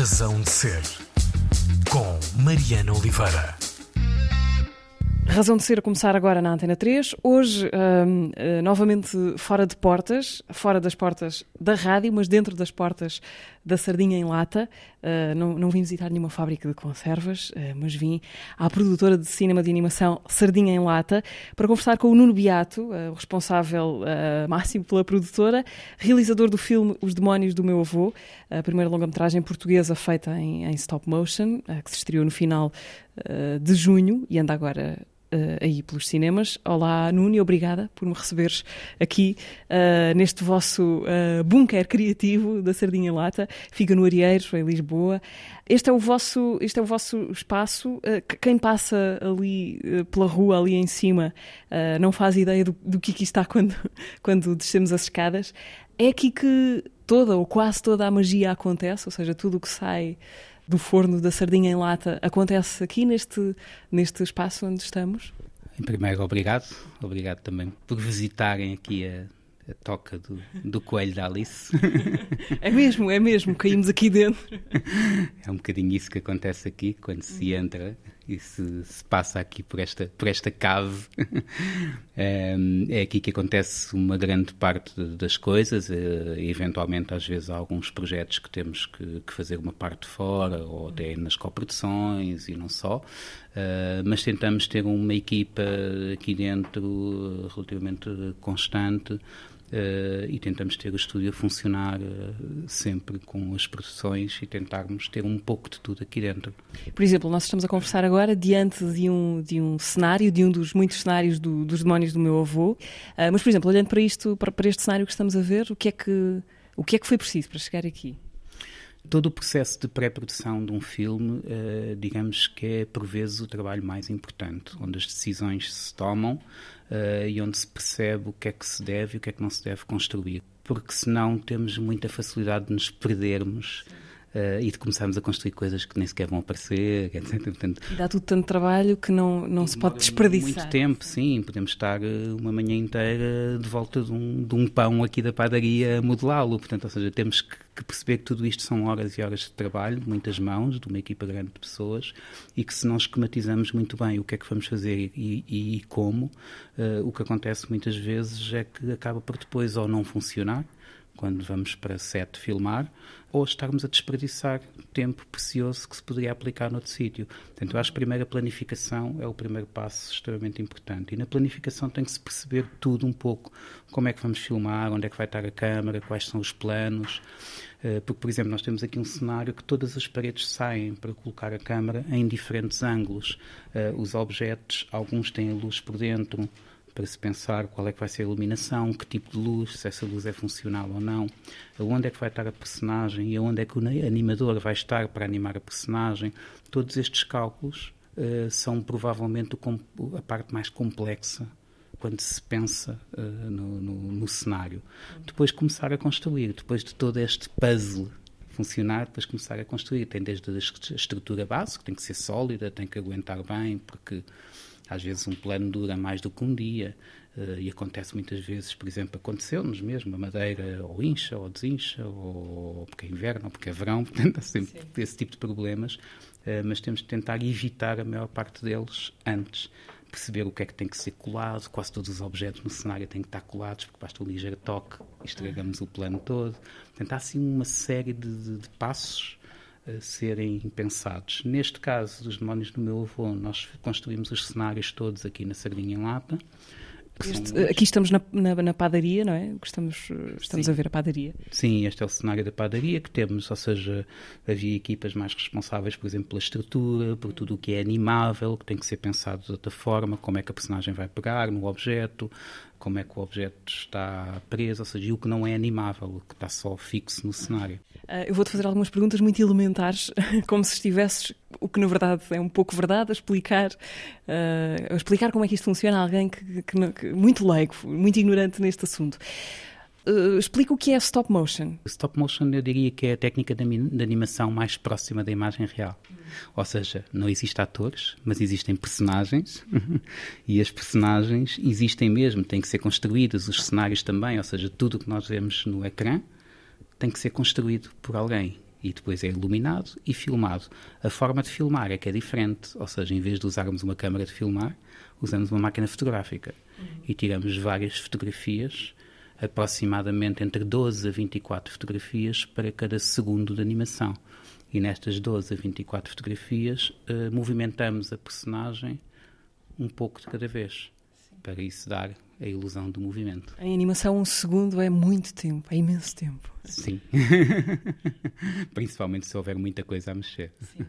Razão de Ser, com Mariana Oliveira. Razão de Ser a começar agora na Antena 3. Hoje, novamente fora de portas, fora das portas da rádio, mas dentro das portas da Sardinha em Lata. Não vim visitar nenhuma fábrica de conservas, mas vim à produtora de cinema de animação Sardinha em Lata para conversar com o Nuno Beato, o responsável máximo pela produtora, realizador do filme Os Demónios do Meu Avô, a primeira longa-metragem portuguesa feita em stop motion, que se estreou no final de junho e anda agora aí pelos cinemas. Olá, Nuno, e obrigada por me receberes aqui neste vosso bunker criativo da Sardinha em Lata. Fica no Arieiros, em Lisboa. Este é o vosso espaço. Quem passa ali pela rua, ali em cima, não faz ideia do que aqui está quando descemos as escadas. É aqui que toda ou quase toda a magia acontece, ou seja, tudo o que sai do forno da Sardinha em Lata acontece aqui neste espaço onde estamos? Em primeiro, obrigado também por visitarem aqui a toca do coelho da Alice. É mesmo, caímos aqui dentro. É um bocadinho isso que acontece aqui, quando se entra e se passa aqui por esta cave. É aqui que acontece uma grande parte das coisas. Eventualmente, às vezes, há alguns projetos que temos que fazer uma parte fora, ou até nas coproduções e não só. Mas tentamos ter uma equipa aqui dentro relativamente constante. E tentamos ter o estúdio a funcionar sempre com as produções e tentarmos ter um pouco de tudo aqui dentro. Por exemplo, nós estamos a conversar agora diante de um cenário, de um dos muitos cenários dos Demónios do Meu Avô. Mas, por exemplo, olhando para este cenário que estamos a ver, o que é que foi preciso para chegar aqui? Todo o processo de pré-produção de um filme, digamos que é, por vezes, o trabalho mais importante, onde as decisões se tomam e onde se percebe o que é que se deve e o que é que não se deve construir. Porque senão temos muita facilidade de nos perdermos e de começarmos a construir coisas que nem sequer vão aparecer, etc. Portanto, e dá tudo tanto trabalho que não se pode desperdiçar. Muito tempo, sim. Podemos estar uma manhã inteira de volta de um pão aqui da padaria a modelá-lo. Portanto, ou seja, temos que perceber que tudo isto são horas e horas de trabalho, de muitas mãos, de uma equipa grande de pessoas, e que se não esquematizamos muito bem o que é que vamos fazer e como, o que acontece muitas vezes é que acaba por depois ou não funcionar, quando vamos para set filmar, ou estarmos a desperdiçar tempo precioso que se poderia aplicar noutro sítio. Portanto, eu acho que a primeira planificação é o primeiro passo extremamente importante. E na planificação tem que se perceber tudo um pouco. Como é que vamos filmar, onde é que vai estar a câmara, quais são os planos. Porque, por exemplo, nós temos aqui um cenário que todas as paredes saem para colocar a câmara em diferentes ângulos. Os objetos, alguns têm a luz por dentro, para se pensar qual é que vai ser a iluminação, que tipo de luz, se essa luz é funcional ou não, onde é que vai estar a personagem e onde é que o animador vai estar para animar a personagem. Todos estes cálculos são provavelmente a parte mais complexa quando se pensa no cenário. Depois começar a construir, depois de todo este puzzle funcionar, depois começar a construir. Tem desde a estrutura base, que tem que ser sólida, tem que aguentar bem, porque às vezes um plano dura mais do que um dia e acontece muitas vezes, por exemplo, aconteceu-nos mesmo, a madeira ou incha ou desincha, ou porque é inverno ou porque é verão, portanto há sempre esse tipo de problemas, mas temos de tentar evitar a maior parte deles antes. Perceber o que é que tem que ser colado, quase todos os objetos no cenário têm que estar colados, porque basta um ligeiro toque e estragamos o plano todo. Portanto, há assim uma série de passos a serem pensados. Neste caso dos Demónios do Meu Avô, nós construímos os cenários todos aqui na Sardinha em Lata. Aqui estamos na padaria, não é? Estamos a ver a padaria. Sim, este é o cenário da padaria que temos, ou seja, havia equipas mais responsáveis, por exemplo, pela estrutura, por tudo o que é animável, que tem que ser pensado de outra forma, como é que a personagem vai pegar no objeto, como é que o objeto está preso, ou seja, e o que não é animável, o que está só fixo no cenário. Eu vou-te fazer algumas perguntas muito elementares, como se estivesses, o que na verdade é um pouco verdade, a explicar como é que isto funciona a alguém que muito leigo, muito ignorante neste assunto. Explica o que é stop motion. Stop motion eu diria que é a técnica de animação mais próxima da imagem real. Ou seja, não existem atores, mas existem personagens e as personagens existem mesmo, têm que ser construídas, os cenários também, ou seja, tudo o que nós vemos no ecrã tem que ser construído por alguém. e depois é iluminado e filmado. A forma de filmar é que é diferente, ou seja, em vez de usarmos uma câmara de filmar, usamos uma máquina fotográfica e tiramos várias fotografias, aproximadamente entre 12 a 24 fotografias para cada segundo de animação. E nestas 12 a 24 fotografias movimentamos a personagem um pouco de cada vez, para isso dar a ilusão do movimento. Em animação, 1 segundo é muito tempo, é imenso tempo. Sim. Principalmente se houver muita coisa a mexer. Sim.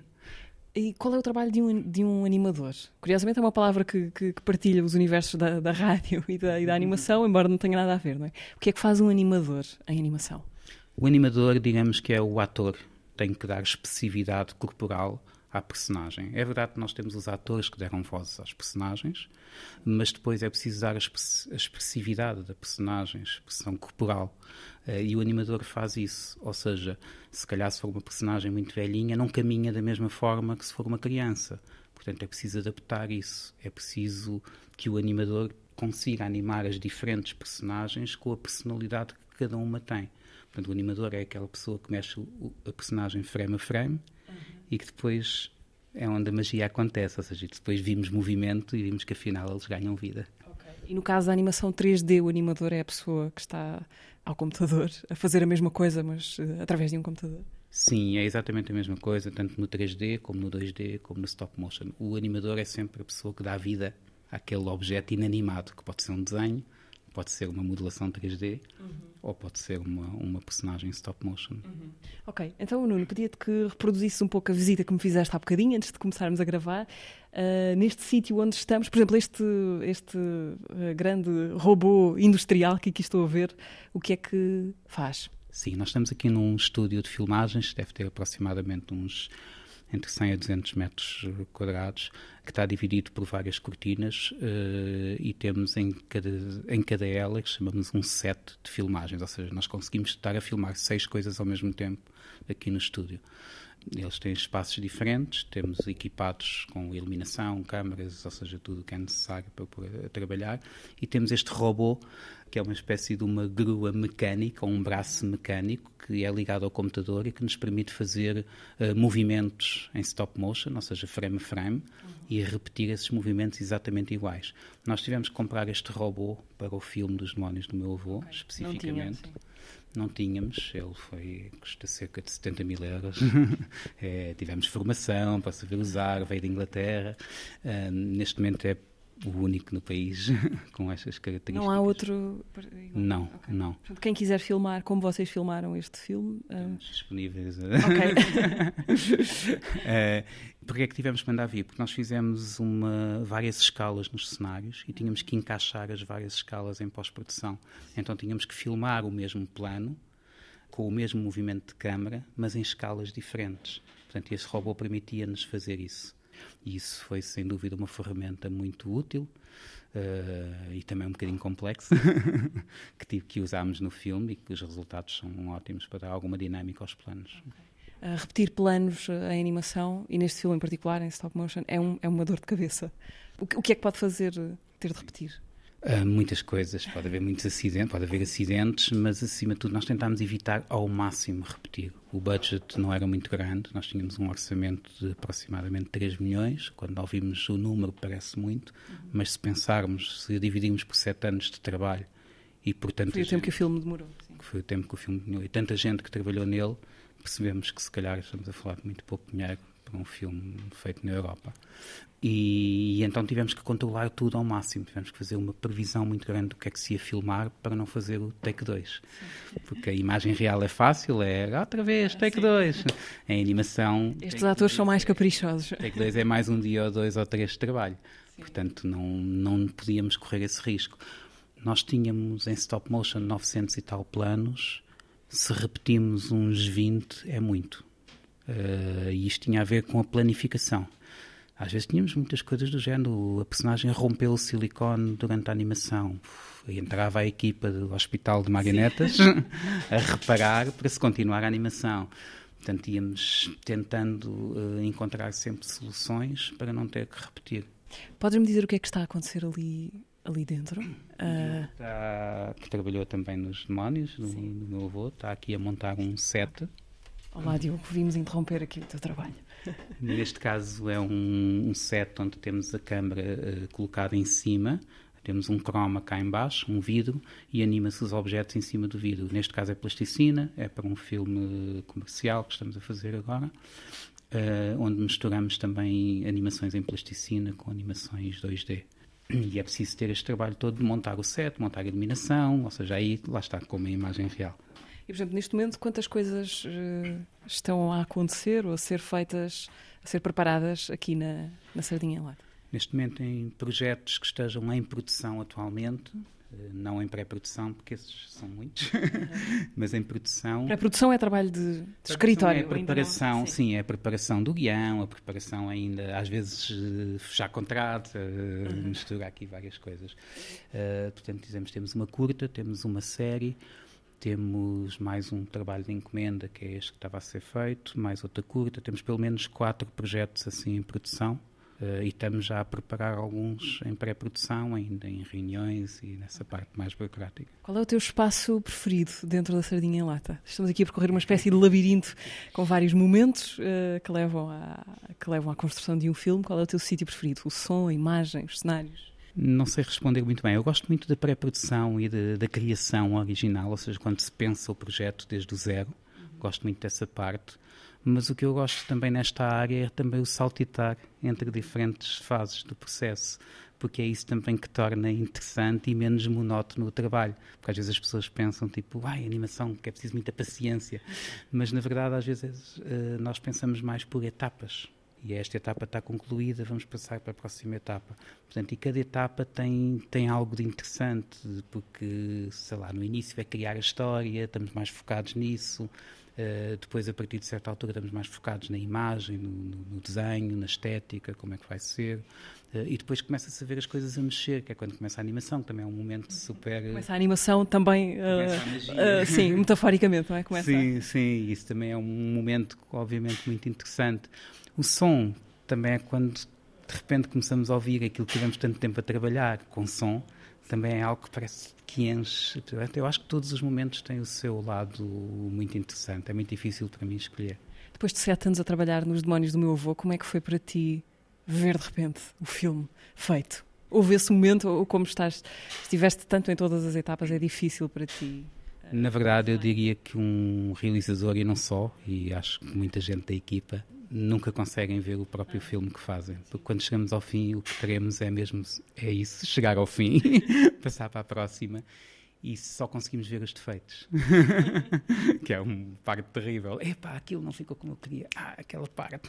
E qual é o trabalho de um animador? Curiosamente é uma palavra que partilha os universos da rádio e da animação, embora não tenha nada a ver, não é? O que é que faz um animador em animação? O animador, digamos que é o ator, tem que dar expressividade corporal à personagem. É verdade que nós temos os atores que deram voz às personagens, mas depois é preciso dar a expressividade da personagem, a expressão corporal. E o animador faz isso. Ou seja, se calhar se for uma personagem muito velhinha, não caminha da mesma forma que se for uma criança. Portanto, é preciso adaptar isso. É preciso que o animador consiga animar as diferentes personagens com a personalidade que cada uma tem. Portanto, o animador é aquela pessoa que mexe a personagem frame a frame, e que depois é onde a magia acontece, ou seja, depois vimos movimento e vimos que afinal eles ganham vida. Okay. E no caso da animação 3D, o animador é a pessoa que está ao computador a fazer a mesma coisa, mas através de um computador? Sim, é exatamente a mesma coisa, tanto no 3D, como no 2D, como no stop motion. O animador é sempre a pessoa que dá vida àquele objeto inanimado, que pode ser um desenho, pode ser uma modelação 3D, ou pode ser uma personagem stop motion. Ok, então Nuno, pedia-te que reproduzisse um pouco a visita que me fizeste há bocadinho, antes de começarmos a gravar. Neste sítio onde estamos, por exemplo, este grande robô industrial que aqui estou a ver, o que é que faz? Sim, nós estamos aqui num estúdio de filmagens, deve ter aproximadamente uns entre 100 a 200 metros quadrados, que está dividido por várias cortinas e temos em cada ela, que chamamos um set de filmagens, ou seja, nós conseguimos estar a filmar 6 coisas ao mesmo tempo aqui no estúdio. Eles têm espaços diferentes, temos equipados com iluminação, câmaras, ou seja, tudo o que é necessário para poder trabalhar, e temos este robô, que é uma espécie de uma grua mecânica, ou um braço mecânico, que é ligado ao computador e que nos permite fazer movimentos em stop motion, ou seja, frame a frame, e repetir esses movimentos exatamente iguais. Nós tivemos que comprar este robô para o filme dos Demónios do Meu Avô, especificamente. Não tínhamos, ele custa cerca de 70 mil euros. Tivemos formação para saber usar, veio da Inglaterra. Neste momento é o único no país com estas características. Não há outro? Não, okay. Não. Portanto, quem quiser filmar, como vocês filmaram este filme... Estamos disponíveis. Ok. Porque é que tivemos que mandar vir? Porque nós fizemos várias escalas nos cenários e tínhamos que encaixar as várias escalas em pós-produção. Então tínhamos que filmar o mesmo plano, com o mesmo movimento de câmara, mas em escalas diferentes. Portanto, esse robô permitia-nos fazer isso. E isso foi, sem dúvida, uma ferramenta muito útil e também um bocadinho complexa, que usámos no filme e que os resultados são ótimos para dar alguma dinâmica aos planos. Okay. Repetir planos em animação, e neste filme em particular, em stop motion, é uma dor de cabeça. O que é que pode fazer ter de repetir? Muitas coisas, pode haver muitos acidentes, pode haver acidentes, mas acima de tudo nós tentámos evitar ao máximo repetir. O budget não era muito grande, nós tínhamos um orçamento de aproximadamente 3 milhões, quando ouvimos o número parece muito, mas se pensarmos, se dividirmos por 7 anos de trabalho e por tanta Foi o tempo que o filme demorou. Sim. Foi o tempo que o filme demorou e tanta gente que trabalhou nele, percebemos que se calhar estamos a falar de muito pouco dinheiro para um filme feito na Europa. E então tivemos que controlar tudo ao máximo, tivemos que fazer uma previsão muito grande do que é que se ia filmar para não fazer o take 2. Porque a imagem real é fácil, é outra vez, take 2. Em animação... Estes atores são mais caprichosos. Take 2 é mais um dia ou 2 ou 3 de trabalho. Sim. Portanto, não podíamos correr esse risco. Nós tínhamos em stop motion 900 e tal planos, se repetimos uns 20 é muito. E isto tinha a ver com a planificação. Às vezes tínhamos muitas coisas do género, a personagem rompeu o silicone durante a animação, e entrava a equipa do hospital de marionetas a reparar para se continuar a animação. Portanto, íamos tentando encontrar sempre soluções para não ter que repetir. Podes-me dizer o que é que está a acontecer ali dentro? Que trabalhou também nos Demónios, do meu avô, está aqui a montar um set. Olá, Diogo, vimos interromper aqui o teu trabalho. Neste caso é um set onde temos a câmara colocada em cima, temos um croma cá em baixo, um vidro, e anima-se os objetos em cima do vidro. Neste caso é plasticina, é para um filme comercial que estamos a fazer agora, onde misturamos também animações em plasticina com animações 2D. E é preciso ter este trabalho todo de montar o set, montar a iluminação, ou seja, aí lá está, com uma imagem real. E, por exemplo, neste momento, quantas coisas estão a acontecer ou a ser feitas, a ser preparadas aqui na Sardinha em Lata? Neste momento, em projetos que estejam em produção atualmente, não em pré-produção, porque esses são muitos, mas em produção. Pré-produção é trabalho de escritório. É a preparação, não... sim, é a preparação do guião, a preparação ainda, às vezes, fechar contrato, misturar aqui várias coisas. Portanto, dizemos, temos uma curta, temos uma série. Temos mais um trabalho de encomenda, que é este que estava a ser feito, mais outra curta. Temos pelo menos 4 projetos assim em produção e estamos já a preparar alguns em pré-produção, ainda em reuniões e nessa parte mais burocrática. Qual é o teu espaço preferido dentro da Sardinha em Lata? Estamos aqui a percorrer uma espécie de labirinto com vários momentos que levam à construção de um filme. Qual é o teu sítio preferido? O som, a imagem, os cenários? Não sei responder muito bem. Eu gosto muito da pré-produção e da criação original, ou seja, quando se pensa o projeto desde o zero. Gosto muito dessa parte. Mas o que eu gosto também nesta área é também o saltitar entre diferentes fases do processo, porque é isso também que torna interessante e menos monótono o trabalho. Porque às vezes as pessoas pensam, tipo, animação, que é preciso muita paciência. Mas, na verdade, às vezes nós pensamos mais por etapas. E esta etapa está concluída, vamos passar para a próxima etapa. Portanto, e cada etapa tem algo de interessante, porque, sei lá, no início é criar a história, estamos mais focados nisso, depois, a partir de certa altura, estamos mais focados na imagem, no desenho, na estética, como é que vai ser, e depois começa-se a ver as coisas a mexer, que é quando começa a animação, que também é um momento super... Começa a animação também, começa a magia. sim, metaforicamente, não é? Sim, isso também é um momento, obviamente, muito interessante. O som também é quando, de repente, começamos a ouvir aquilo que tivemos tanto tempo a trabalhar com som, também é algo que parece que enche. Eu acho que todos os momentos têm o seu lado muito interessante. É muito difícil para mim escolher. Depois de 7 anos a trabalhar nos Demónios do Meu Avô, como é que foi para ti ver, de repente, o filme feito? Houve esse momento, ou como estiveste tanto em todas as etapas, é difícil para ti? Na verdade, eu diria que um realizador, e não só, e acho que muita gente da equipa, nunca conseguem ver o próprio filme que fazem. Porque quando chegamos ao fim, o que queremos é isso, chegar ao fim, passar para a próxima, e só conseguimos ver os defeitos. Que é uma parte terrível. Aquilo não ficou como eu queria. Aquela parte.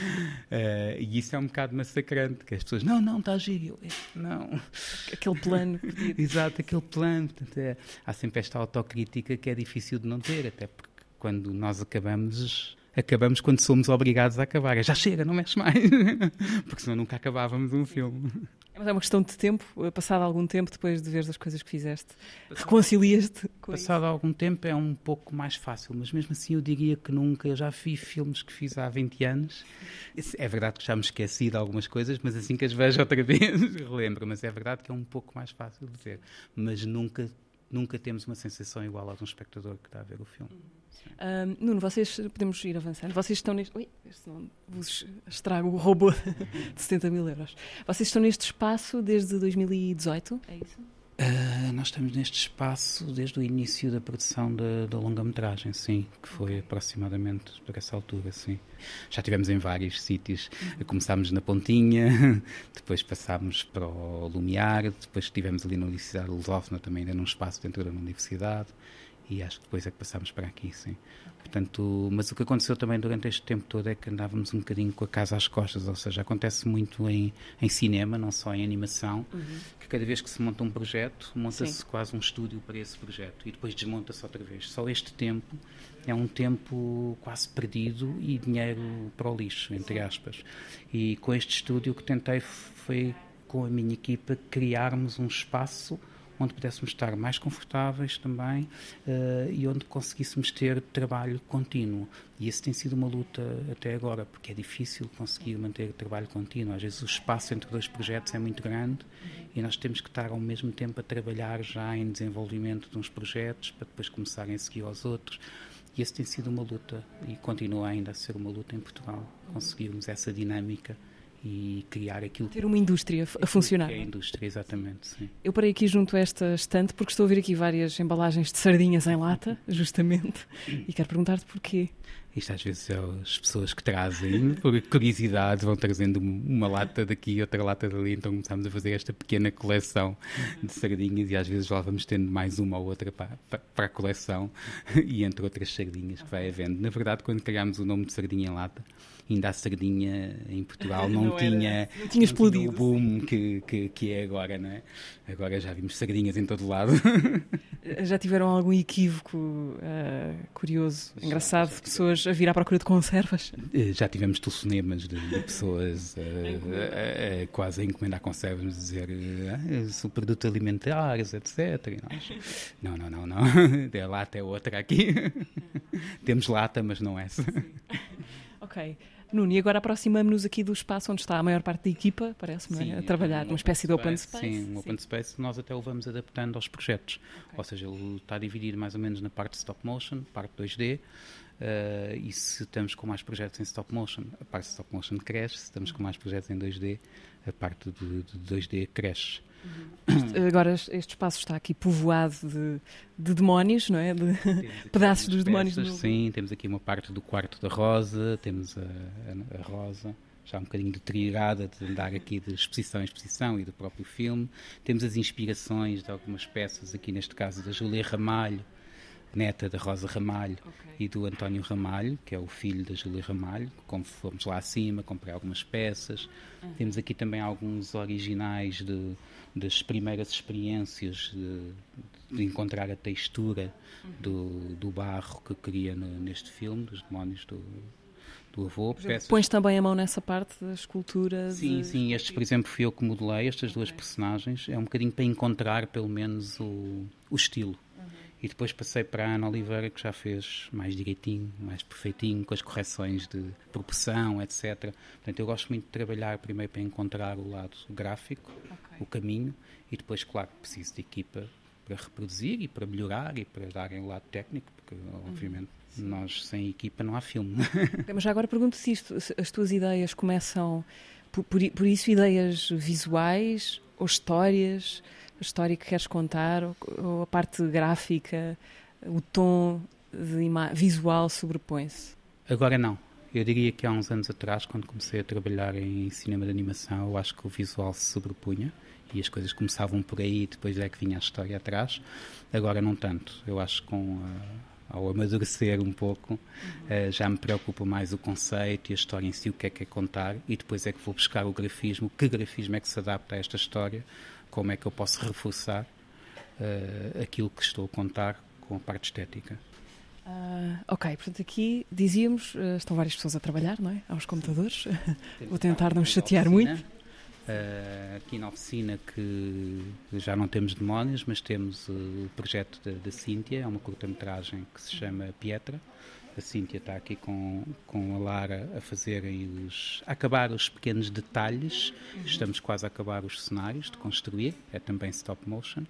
E isso é um bocado massacrante, que as pessoas, não, está a giro. Não. Aquele plano. Exato, aquele plano. Portanto, há sempre esta autocrítica que é difícil de não ter, até porque quando nós acabamos quando somos obrigados a acabar. Já chega, não mexe mais. Porque senão nunca acabávamos um filme. Mas é uma questão de tempo, passado algum tempo, depois de ver as coisas que fizeste, reconcilias-te com isso? Passado algum tempo é um pouco mais fácil, mas mesmo assim eu diria que nunca. Eu já fiz filmes que fiz há 20 anos. É verdade que já me esqueci de algumas coisas, mas assim que as vejo outra vez, relembro. Mas é verdade que é um pouco mais fácil de ver. Mas nunca temos uma sensação igual à de um espectador que está a ver o filme. Nuno, vocês, podemos ir avançando, vocês estão neste... Ui, não vos estrago o robô de 70 mil euros. Vocês estão neste espaço desde 2018, é isso? Nós estamos neste espaço desde o início da produção da longa-metragem, sim, que foi aproximadamente por essa altura, sim. Já estivemos em vários sítios. Começámos na Pontinha, depois passámos para o Lumiar, depois estivemos ali na Universidade de Lusófona, também ainda num espaço dentro da universidade. E acho que depois é que passámos para aqui, sim. Portanto, mas o que aconteceu também durante este tempo todo é que andávamos um bocadinho com a casa às costas, ou seja, acontece muito em cinema, não só em animação, que cada vez que se monta um projeto, monta-se quase um estúdio para esse projeto e depois desmonta-se outra vez. Só este tempo é um tempo quase perdido e dinheiro para o lixo, entre aspas. E com este estúdio o que tentei foi, com a minha equipa, criarmos um espaço onde pudéssemos estar mais confortáveis também e onde conseguíssemos ter trabalho contínuo. E isso tem sido uma luta até agora, porque é difícil conseguir manter trabalho contínuo. Às vezes o espaço entre dois projetos é muito grande e nós temos que estar ao mesmo tempo a trabalhar já em desenvolvimento de uns projetos para depois começarem a seguir aos outros. E esse tem sido uma luta e continua ainda a ser uma luta em Portugal, conseguirmos essa dinâmica e criar aquilo Ter uma indústria a funcionar. que é a indústria, exatamente, sim. Eu parei aqui junto a esta estante porque estou a ver aqui várias embalagens de sardinhas em lata, justamente, e quero perguntar-te porquê. Isto às vezes é as pessoas que trazem, por curiosidade, vão trazendo uma lata daqui, outra lata dali, então começamos a fazer esta pequena coleção de sardinhas e às vezes lá vamos tendo mais uma ou outra para a coleção e entre outras sardinhas que vai havendo. Na verdade, quando criámos o nome de sardinha em lata, ainda a sardinha em Portugal não tinha explodido. O boom que é agora, não é? Agora já vimos sardinhas em todo lado. Já tiveram algum equívoco curioso, engraçado, de pessoas a vir à procura de conservas? Já tivemos telefonemas de pessoas quase a encomendar conservas, dizer são produtos alimentares, etc. E nós, não. A lata é outra aqui. Temos lata, mas não essa. Ok. Nuno, e agora aproximamos-nos aqui do espaço onde está a maior parte da equipa, parece-me, a trabalhar numa espécie de open space. Sim, um open space nós até o vamos adaptando aos projetos. Okay. Ou seja, ele está dividido mais ou menos na parte de stop motion, parte 2D, e se estamos com mais projetos em stop motion, a parte de stop motion cresce, se estamos com mais projetos em 2D, a parte de 2D cresce. Agora este espaço está aqui povoado de demónios, não é? De pedaços dos demónios. Sim, temos aqui uma parte do quarto da Rosa, temos a Rosa, já um bocadinho deteriorada, de andar aqui de exposição em exposição e do próprio filme. Temos as inspirações de algumas peças, aqui neste caso da Júlia Ramalho, neta da Rosa Ramalho, e do António Ramalho, que é o filho da Júlia Ramalho. Como fomos lá acima, comprei algumas peças. Temos aqui também alguns originais das primeiras experiências de encontrar a textura do barro que queria neste filme, dos demónios do avô. Pões também a mão nessa parte da escultura? Sim, estes, por exemplo, fui eu que modelei, estas duas personagens. É um bocadinho para encontrar, pelo menos, o estilo. E depois passei para a Ana Oliveira, que já fez mais direitinho, mais perfeitinho, com as correções de proporção, etc. Portanto, eu gosto muito de trabalhar primeiro para encontrar o lado gráfico, o caminho, e depois, claro, preciso de equipa para reproduzir e para melhorar e para darem o lado técnico, porque, obviamente, nós sem equipa não há filme. Mas já agora pergunto se as tuas ideias começam, por isso, ideias visuais ou histórias? A história que queres contar, ou a parte gráfica, o tom visual sobrepõe-se? Agora não. Eu diria que há uns anos atrás, quando comecei a trabalhar em cinema de animação, eu acho que o visual se sobrepunha e as coisas começavam por aí e depois é que vinha a história atrás. Agora não tanto. Eu acho que ao amadurecer um pouco, já me preocupa mais o conceito e a história em si, o que é contar, e depois é que vou buscar o grafismo, que grafismo é que se adapta a esta história, como é que eu posso reforçar aquilo que estou a contar com a parte estética. Ok, portanto aqui dizíamos, estão várias pessoas a trabalhar, não é? Aos computadores. Vou tentar não chatear muito. Aqui na oficina que já não temos demónios, mas temos o projeto da Cíntia, é uma curta-metragem que se chama Pietra. A Cíntia está aqui com a Lara a acabar os pequenos detalhes. Estamos quase a acabar os cenários de construir, é também stop motion.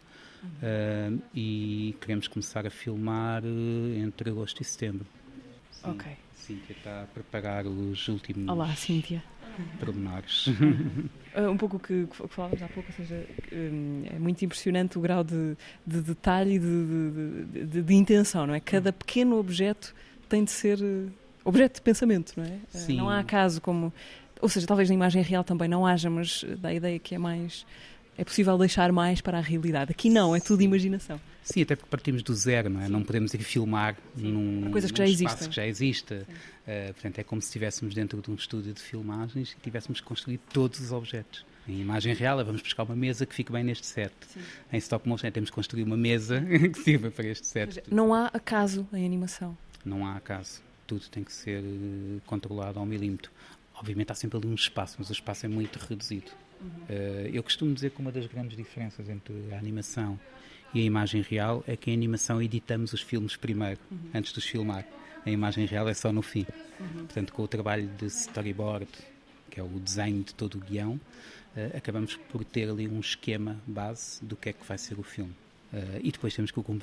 E queremos começar a filmar entre agosto e setembro. Sim, ok. A Cíntia está a preparar os últimos pormenores. Um pouco o que falávamos há pouco, ou seja, é muito impressionante o grau de detalhe e de intenção, não é? Cada pequeno objeto tem de ser objeto de pensamento, não é? Sim. Não há caso como... Ou seja, talvez na imagem real também não haja, mas dá a ideia que é possível deixar mais para a realidade. Aqui não, é tudo imaginação. Sim, até porque partimos do zero, não é? Sim. Não podemos ir filmar num espaço que já existe. Portanto, é como se estivéssemos dentro de um estúdio de filmagens e tivéssemos construído todos os objetos. Em imagem real, vamos buscar uma mesa que fique bem neste set. Sim. Em stop motion, temos que construir uma mesa que sirva para este set. Seja, não há acaso em animação. Não há acaso. Tudo tem que ser controlado ao milímetro. Obviamente há sempre ali um espaço, mas o espaço é muito reduzido. Eu costumo dizer que uma das grandes diferenças entre a animação e a imagem real é que em animação editamos os filmes primeiro, antes de os filmar. A imagem real é só no fim. Portanto, com o trabalho de storyboard, que é o desenho de todo o guião, acabamos por ter ali um esquema base do que é que vai ser o filme. E depois temos que o cumprir.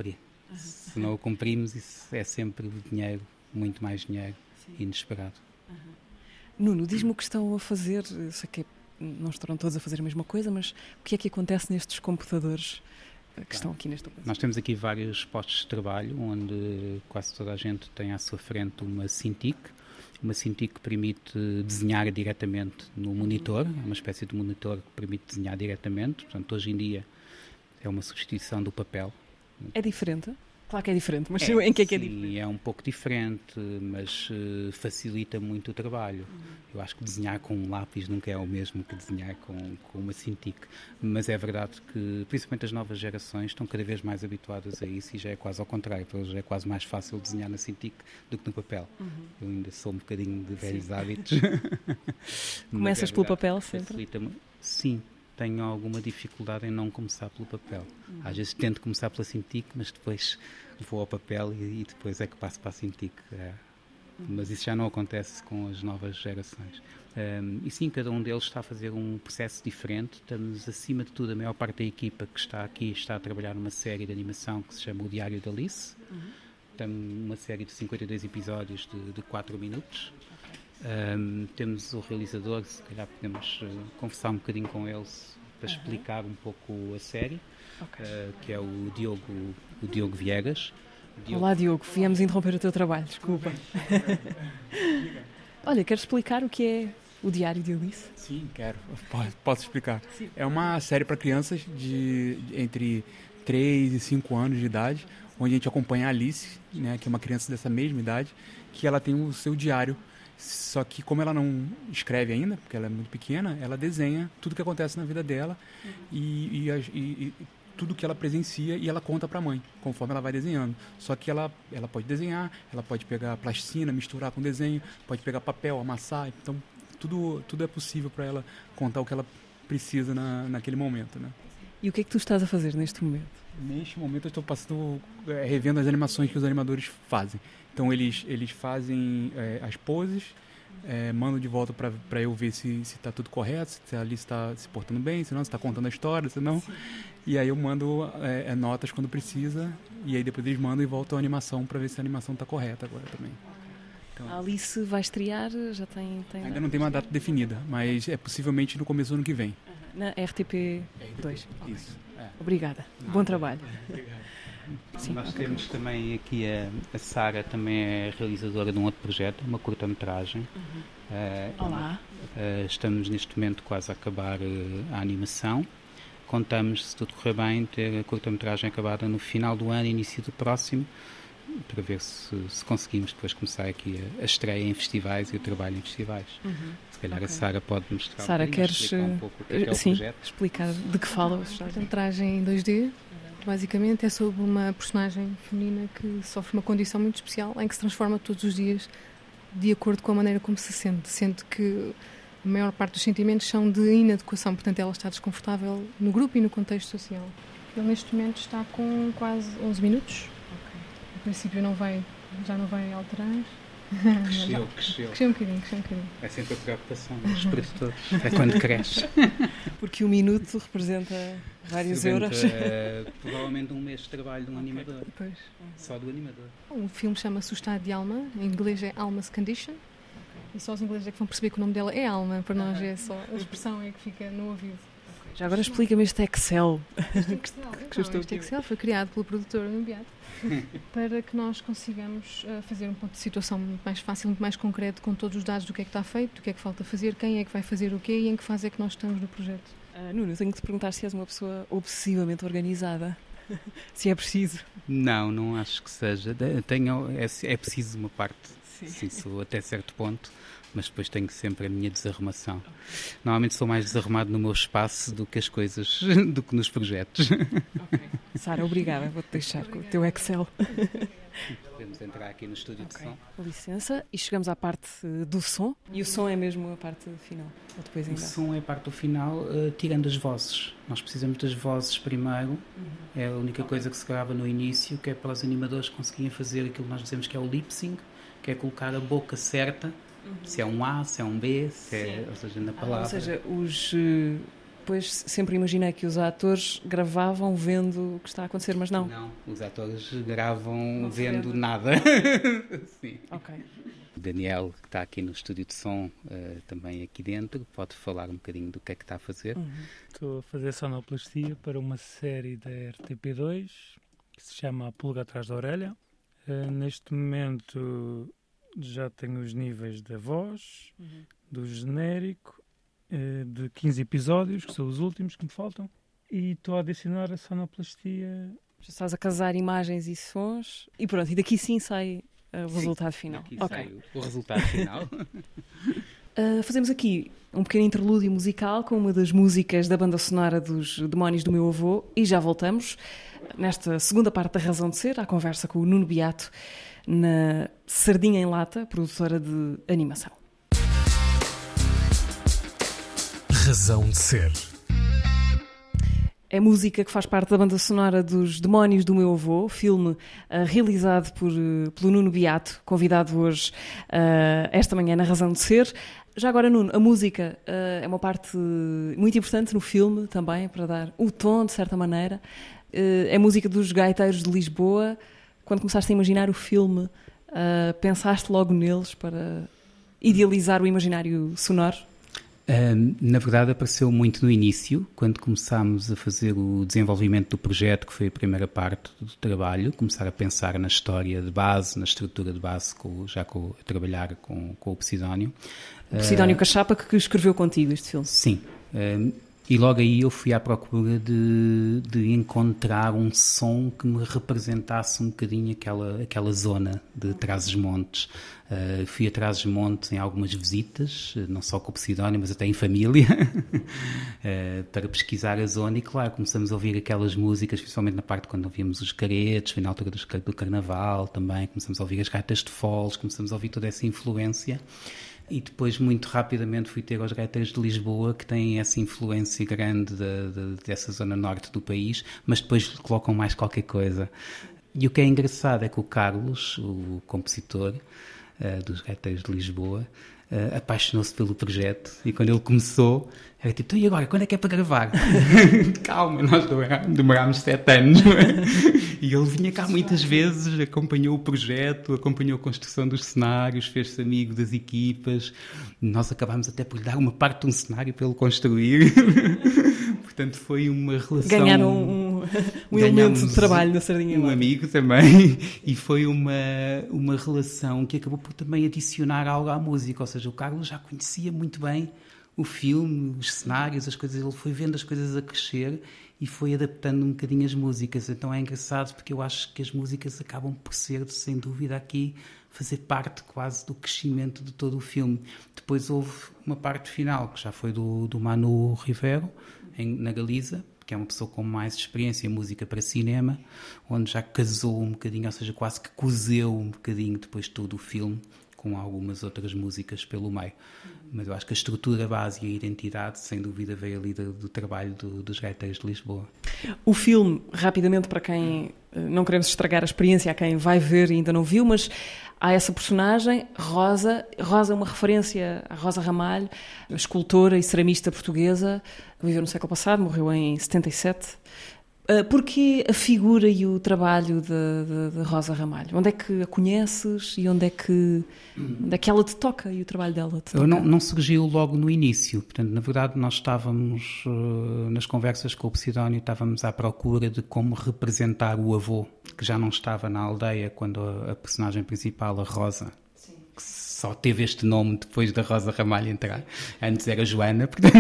Se não o cumprimos, isso é sempre dinheiro, muito mais dinheiro, inesperado. Nuno, diz-me o que estão a fazer. Eu sei que não estarão todos a fazer a mesma coisa, mas o que é que acontece nestes computadores que estão aqui neste momento? Nós temos aqui vários postos de trabalho, onde quase toda a gente tem à sua frente uma Cintiq. Uma Cintiq que permite desenhar diretamente no monitor, é uma espécie de monitor que permite desenhar diretamente. Portanto, hoje em dia é uma substituição do papel. É diferente? Claro que é diferente, mas em que é diferente? Sim, é um pouco diferente, mas facilita muito o trabalho. Eu acho que desenhar com um lápis nunca é o mesmo que desenhar com uma Cintiq. Mas é verdade que, principalmente as novas gerações, estão cada vez mais habituadas a isso e já é quase ao contrário. Para eles é quase mais fácil desenhar na Cintiq do que no papel. Eu ainda sou um bocadinho de velhos hábitos. Começas pelo papel sempre? Sim. Tenho alguma dificuldade em não começar pelo papel. Às vezes tento começar pela Cintiq, mas depois vou ao papel e depois é que passo para a Cintiq. Mas isso já não acontece com as novas gerações. E sim, cada um deles está a fazer um processo diferente. Estamos, acima de tudo, a maior parte da equipa que está aqui está a trabalhar numa série de animação que se chama O Diário da Alice. Temos uma série de 52 episódios de 4 minutos. Temos o realizador, se calhar podemos conversar um bocadinho com ele para explicar um pouco a série, que é o Diogo Viegas. Olá Diogo, viemos interromper o teu trabalho, desculpa. Olha, queres explicar o que é o Diário de Alice? Sim, quero. Posso explicar. Sim. É uma série para crianças de entre 3 e 5 anos de idade, onde a gente acompanha a Alice, né, que é uma criança dessa mesma idade, que ela tem o seu diário. Só que como ela não escreve ainda, porque ela é muito pequena, ela desenha tudo que acontece na vida dela e tudo que ela presencia e ela conta para a mãe, conforme ela vai desenhando. Só que ela pode desenhar, ela pode pegar plasticina, misturar com desenho, pode pegar papel, amassar. Então tudo é possível para ela contar o que ela precisa naquele momento, né? E o que é que tu estás a fazer neste momento? Neste momento eu estou revendo as animações que os animadores fazem. Então eles fazem as poses, mandam de volta para eu ver se está tudo correto, se a Alice está se portando bem, se não, se está contando a história, se não. Sim. E aí eu mando notas quando precisa, e aí depois eles mandam e voltam a animação para ver se a animação está correta agora também. Então, a Alice vai estrear, já tem ainda não tem uma data definida, mas é possivelmente no começo do ano que vem. Na RTP2. Isso. Obrigada. Bom trabalho. Obrigado. Sim, nós temos também aqui a Sara, também é realizadora de um outro projeto, uma curta-metragem. Olá. Estamos neste momento quase a acabar a animação. Contamos, se tudo correr bem, ter a curta-metragem acabada no final do ano, início do próximo, para ver se conseguimos depois começar aqui a estreia em festivais e o trabalho em festivais. Se calhar a Sara pode mostrar Sara, queres explicar um pouco o que é o projeto? Explicar de que fala. A curta-metragem em 2D, basicamente, é sobre uma personagem feminina que sofre uma condição muito especial em que se transforma todos os dias de acordo com a maneira como se sente, sendo que a maior parte dos sentimentos são de inadequação, portanto ela está desconfortável no grupo e no contexto social. Ele neste momento está com quase 11 minutos. A princípio já não vai alterar. Cresceu um bocadinho. É sempre a preocupação dos produtores, é quando cresce. Porque um minuto representa vários euros. Provavelmente um mês de trabalho de um animador. Pois. Só do animador. O filme chama-se O Estado de Alma, em inglês é Alma's Condition, e só os ingleses é que vão perceber que o nome dela é Alma, para nós é só a expressão é que fica no ouvido. Já agora explica-me este Excel. Este Excel foi criado pelo produtor imediato para que nós consigamos fazer um ponto de situação muito mais fácil, muito mais concreto, com todos os dados do que é que está feito, do que é que falta fazer, quem é que vai fazer o quê e em que fase é que nós estamos no projeto. Nuno, tenho que te perguntar se és uma pessoa obsessivamente organizada. Se é preciso. Não acho que seja. É preciso uma parte. Sim, sou até certo ponto. Mas depois tenho sempre a minha desarrumação. Normalmente sou mais desarrumado no meu espaço do que as coisas, do que nos projetos. Sara, obrigada. Vou-te deixar com o teu Excel. Podemos entrar aqui no estúdio de som. Com licença. E chegamos à parte do som. E o som é mesmo a parte final? Ou depois ainda? O som é a parte do final, tirando as vozes. Nós precisamos das vozes primeiro. É a única coisa que se grava no início, que é para os animadores conseguirem fazer aquilo que nós dizemos que é o lip-sync, que é colocar a boca certa. Se é um A, se é um B, ou seja, na palavra. Ou seja, depois sempre imaginei que os atores gravavam vendo o que está a acontecer, mas não. Não, os atores gravam vendo nada. Sim. Ok. O Daniel, que está aqui no estúdio de som, também aqui dentro, pode falar um bocadinho do que é que está a fazer. Estou a fazer sonoplastia para uma série da RTP2 que se chama A Pulga Atrás da Orelha. Neste momento já tenho os níveis da voz, do genérico, de 15 episódios, que são os últimos que me faltam, e estou a adicionar a sonoplastia. Já estás a casar imagens e sons e pronto, e daqui sim sai o resultado final. Aqui sai o resultado final. Fazemos aqui um pequeno interlúdio musical com uma das músicas da banda sonora dos Demónios do Meu Avô e já voltamos nesta segunda parte da Razão de Ser, à conversa com o Nuno Beato na Sardinha em Lata, produtora de animação. Razão de Ser. É música que faz parte da banda sonora dos Demónios do Meu Avô, filme realizado pelo Nuno Beato, convidado hoje esta manhã na Razão de Ser. Já agora, Nuno, a música é uma parte muito importante no filme também, para dar o tom, de certa maneira. É música dos Gaiteiros de Lisboa. Quando começaste a imaginar o filme, pensaste logo neles para idealizar o imaginário sonoro? Na verdade apareceu muito no início, quando começámos a fazer o desenvolvimento do projeto, que foi a primeira parte do trabalho, começar a pensar na história de base, na estrutura de base, a trabalhar com o Psidónio. O Psidónio Cachapa, que escreveu contigo este filme. Sim, e logo aí eu fui à procura de encontrar um som que me representasse um bocadinho aquela zona de Trás-os-Montes. Fui a Trás-os-Montes em algumas visitas, não só com o Psidónio, mas até em família, para pesquisar a zona e, claro, começamos a ouvir aquelas músicas, principalmente na parte quando ouvíamos os caretos, foi na altura do Carnaval também, começamos a ouvir as gaitas de foles, começamos a ouvir toda essa influência. E depois, muito rapidamente, fui ter aos Gaiteiros de Lisboa, que têm essa influência grande dessa zona norte do país, mas depois colocam mais qualquer coisa. E o que é engraçado é que o Carlos, o compositor dos Gaiteiros de Lisboa, apaixonou-se pelo projeto e quando ele começou era tipo, e agora, quando é que é para gravar? Calma, nós demorámos 7 anos. E ele vinha cá muitas vezes, acompanhou o projeto, acompanhou a construção dos cenários, fez-se amigo das equipas. Nós acabámos até por lhe dar uma parte de um cenário para ele construir. Portanto, foi uma relação... Ganharam um elemento de trabalho na Sardinha. Um amigo também. E foi uma relação que acabou por também adicionar algo à música. Ou seja, o Carlos já conhecia muito bem o filme, os cenários, as coisas. Ele foi vendo as coisas a crescer e foi adaptando um bocadinho as músicas. Então é engraçado porque eu acho que as músicas acabam por ser, sem dúvida, aqui fazer parte quase do crescimento de todo o filme. Depois houve uma parte final, que já foi do Manu Rivero, na Galiza, que é uma pessoa com mais experiência em música para cinema, onde já casou um bocadinho, ou seja, quase que cozeu um bocadinho depois todo o filme, com algumas outras músicas pelo meio. Mas eu acho que a estrutura base e a identidade, sem dúvida, veio ali do trabalho dos Gaiteiros de Lisboa. O filme, rapidamente, para quem não queremos estragar a experiência, a quem vai ver e ainda não viu, mas há essa personagem, Rosa. Rosa é uma referência à Rosa Ramalho, escultora e ceramista portuguesa, que viveu no século passado, morreu em 77. Porquê a figura e o trabalho de Rosa Ramalho? Onde é que a conheces e onde é que ela te toca e o trabalho dela te toca? Não surgiu logo no início. Portanto, na verdade, nós estávamos nas conversas com o Psidónio, estávamos à procura de como representar o avô, que já não estava na aldeia quando a personagem principal, a Rosa, que só teve este nome depois da Rosa Ramalho entrar. Antes era Joana, portanto...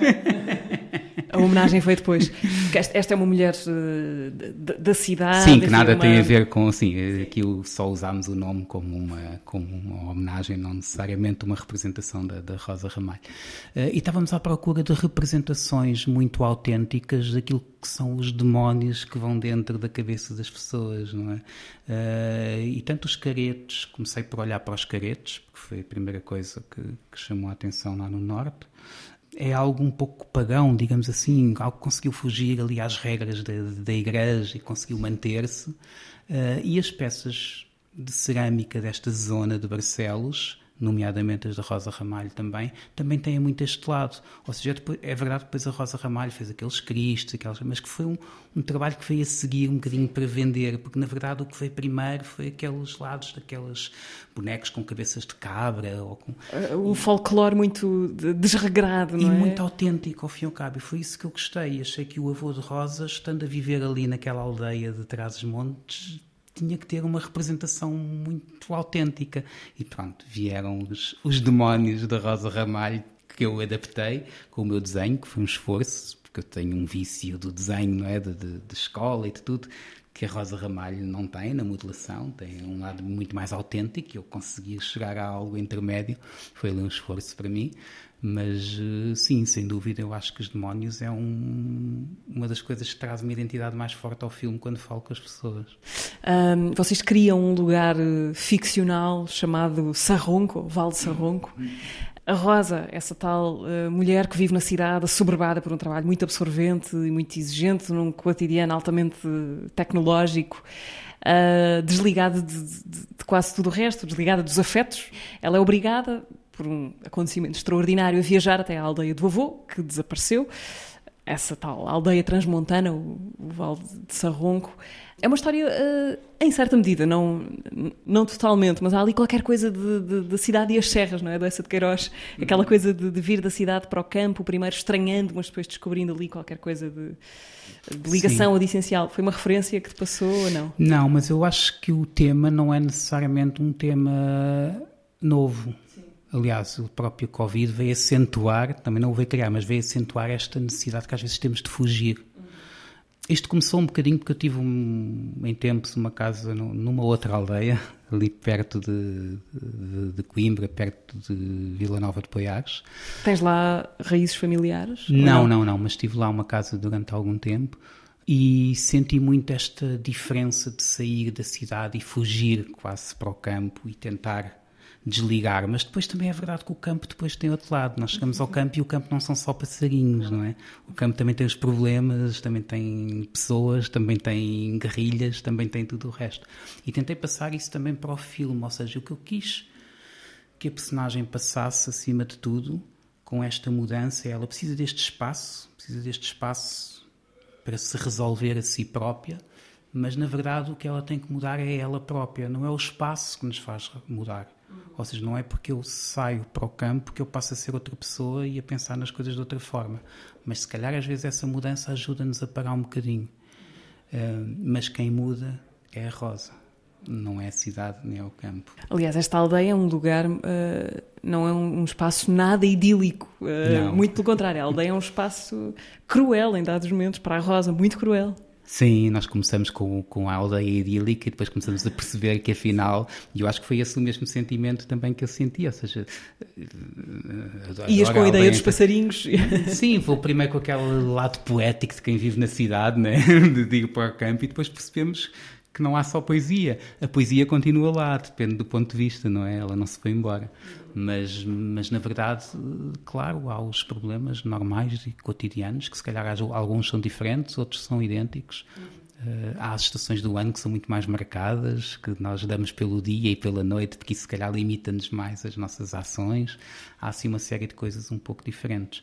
A homenagem foi depois. Porque esta é uma mulher da cidade. Sim, que nada tem a ver com, assim, aquilo só usámos o nome como uma homenagem, não necessariamente uma representação da Rosa Ramalho. E estávamos à procura de representações muito autênticas daquilo que são os demónios que vão dentro da cabeça das pessoas, não é? E tanto os caretos, comecei por olhar para os caretos, porque foi a primeira coisa que chamou a atenção lá no Norte. É algo um pouco pagão, digamos assim, algo que conseguiu fugir ali às regras da igreja e conseguiu manter-se. E as peças de cerâmica desta zona de Barcelos nomeadamente as da Rosa Ramalho também têm muito este lado. Ou seja, é verdade que depois a Rosa Ramalho fez aqueles cristos, mas que foi um trabalho que veio a seguir um bocadinho para vender, porque na verdade o que veio primeiro foi aqueles lados daqueles bonecos com cabeças de cabra. Ou com... O folclore muito desregrado, não é? E muito autêntico, ao fim e ao cabo. E foi isso que eu gostei. Achei que o avô de Rosa, estando a viver ali naquela aldeia de Trás-os-Montes, tinha que ter uma representação muito autêntica. E pronto, vieram os demónios da Rosa Ramalho, que eu adaptei com o meu desenho, que foi um esforço, porque eu tenho um vício do desenho, não é? De escola e de tudo, que a Rosa Ramalho não tem na modelação, tem um lado muito mais autêntico, e eu consegui chegar a algo intermédio. Foi ali um esforço para mim. Mas sim, sem dúvida, eu acho que os demónios é uma das coisas que traz uma identidade mais forte ao filme quando falo com as pessoas. Vocês criam um lugar ficcional chamado Sarronco, Vale de Sarronco. A Rosa, essa tal mulher que vive na cidade, assoberbada por um trabalho muito absorvente e muito exigente, num cotidiano altamente tecnológico, desligada de quase tudo o resto, desligada dos afetos. Ela é obrigada, por um acontecimento extraordinário, a viajar até à aldeia do avô, que desapareceu. Essa tal aldeia transmontana, o Vale de Sarronco. É uma história, em certa medida, não totalmente, mas há ali qualquer coisa da cidade e as serras, não é? Do Essa de Queiroz. Aquela coisa de vir da cidade para o campo, primeiro estranhando, mas depois descobrindo ali qualquer coisa de ligação ou de essencial. Foi uma referência que te passou ou não? Não, mas eu acho que o tema não é necessariamente um tema novo. Aliás, o próprio Covid veio acentuar, também não o veio criar, mas veio acentuar esta necessidade que às vezes temos de fugir. Isto começou um bocadinho porque eu tive em tempos uma casa numa outra aldeia, ali perto de Coimbra, perto de Vila Nova de Poiares. Tens lá raízes familiares? Não, mas tive lá uma casa durante algum tempo e senti muito esta diferença de sair da cidade e fugir quase para o campo e tentar desligar, mas depois também é verdade que o campo depois tem outro lado. Nós chegamos ao campo e o campo não são só passarinhos, não é? O campo também tem os problemas, também tem pessoas, também tem guerrilhas, também tem tudo o resto. E tentei passar isso também para o filme, ou seja, o que eu quis que a personagem passasse acima de tudo com esta mudança, ela precisa deste espaço para se resolver a si própria, mas na verdade o que ela tem que mudar é ela própria, não é o espaço que nos faz mudar. Ou seja, não é porque eu saio para o campo que eu passo a ser outra pessoa e a pensar nas coisas de outra forma. Mas se calhar às vezes essa mudança ajuda-nos a parar um bocadinho. Mas quem muda é a Rosa, não é a cidade nem é o campo. Aliás, esta aldeia é um lugar, não é um espaço nada idílico. Muito pelo contrário, a aldeia é um espaço cruel em dados momentos para a Rosa, muito cruel. Sim, nós começamos com a aldeia idílica e depois começamos a perceber que afinal, e eu acho que foi esse o mesmo sentimento também que eu senti, ou seja... Ias com a ideia dos passarinhos? Sim, vou primeiro com aquele lado poético de quem vive na cidade, né? De ir para o campo, e depois percebemos que não há só poesia. A poesia continua lá, depende do ponto de vista, não é? Ela não se foi embora. Mas na verdade, claro, há os problemas normais e cotidianos, que se calhar alguns são diferentes, outros são idênticos. Há as estações do ano que são muito mais marcadas, que nós damos pelo dia e pela noite, porque isso se calhar limita-nos mais as nossas ações. Há assim uma série de coisas um pouco diferentes.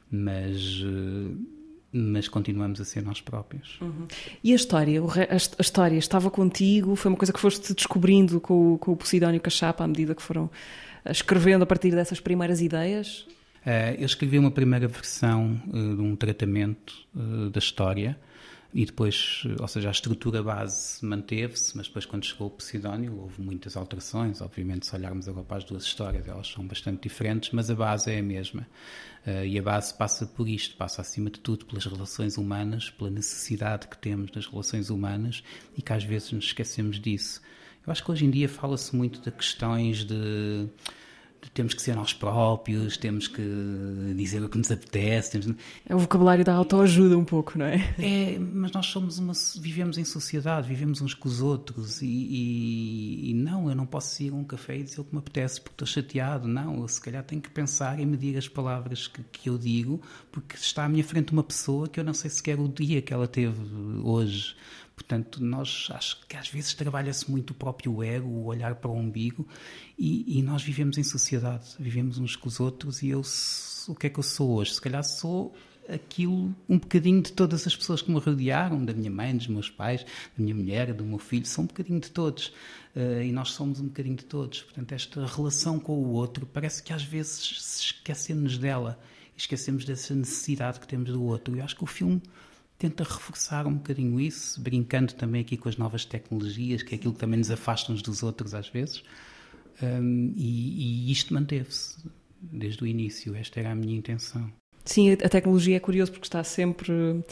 Mas continuamos a ser nós próprios. Uhum. E a história? A história estava contigo? Foi uma coisa que foste descobrindo com o Posidónio Cachapa à medida que foram escrevendo a partir dessas primeiras ideias? Eu escrevi uma primeira versão de um tratamento da história e depois, ou seja, a estrutura base manteve-se, mas depois quando chegou o Posidónio houve muitas alterações. Obviamente, se olharmos agora para as duas histórias, elas são bastante diferentes, mas a base é a mesma. E a base passa por isto, passa acima de tudo pelas relações humanas, pela necessidade que temos das relações humanas e que às vezes nos esquecemos disso. Eu acho que hoje em dia fala-se muito de questões de temos que ser nós próprios, temos que dizer o que nos apetece. É o vocabulário da autoajuda um pouco, não é? Mas nós vivemos em sociedade, vivemos uns com os outros e não, eu não posso ir a um café e dizer o que me apetece porque estou chateado. Não, eu se calhar tenho que pensar e medir as palavras que eu digo, porque está à minha frente uma pessoa que eu não sei sequer o dia que ela teve hoje. Portanto, nós acho que às vezes trabalha-se muito o próprio ego, o olhar para o umbigo, e nós vivemos em sociedade, vivemos uns com os outros, e o que é que eu sou hoje? Se calhar sou aquilo, um bocadinho de todas as pessoas que me rodearam, da minha mãe, dos meus pais, da minha mulher, do meu filho, sou um bocadinho de todos, e nós somos um bocadinho de todos. Portanto, esta relação com o outro, parece que às vezes esquecemos dela, esquecemos dessa necessidade que temos do outro. Eu acho que o filme tenta reforçar um bocadinho isso, brincando também aqui com as novas tecnologias, que é aquilo que também nos afasta uns dos outros às vezes, e isto manteve-se desde o início. Esta era a minha intenção. Sim, a tecnologia é curioso porque está sempre,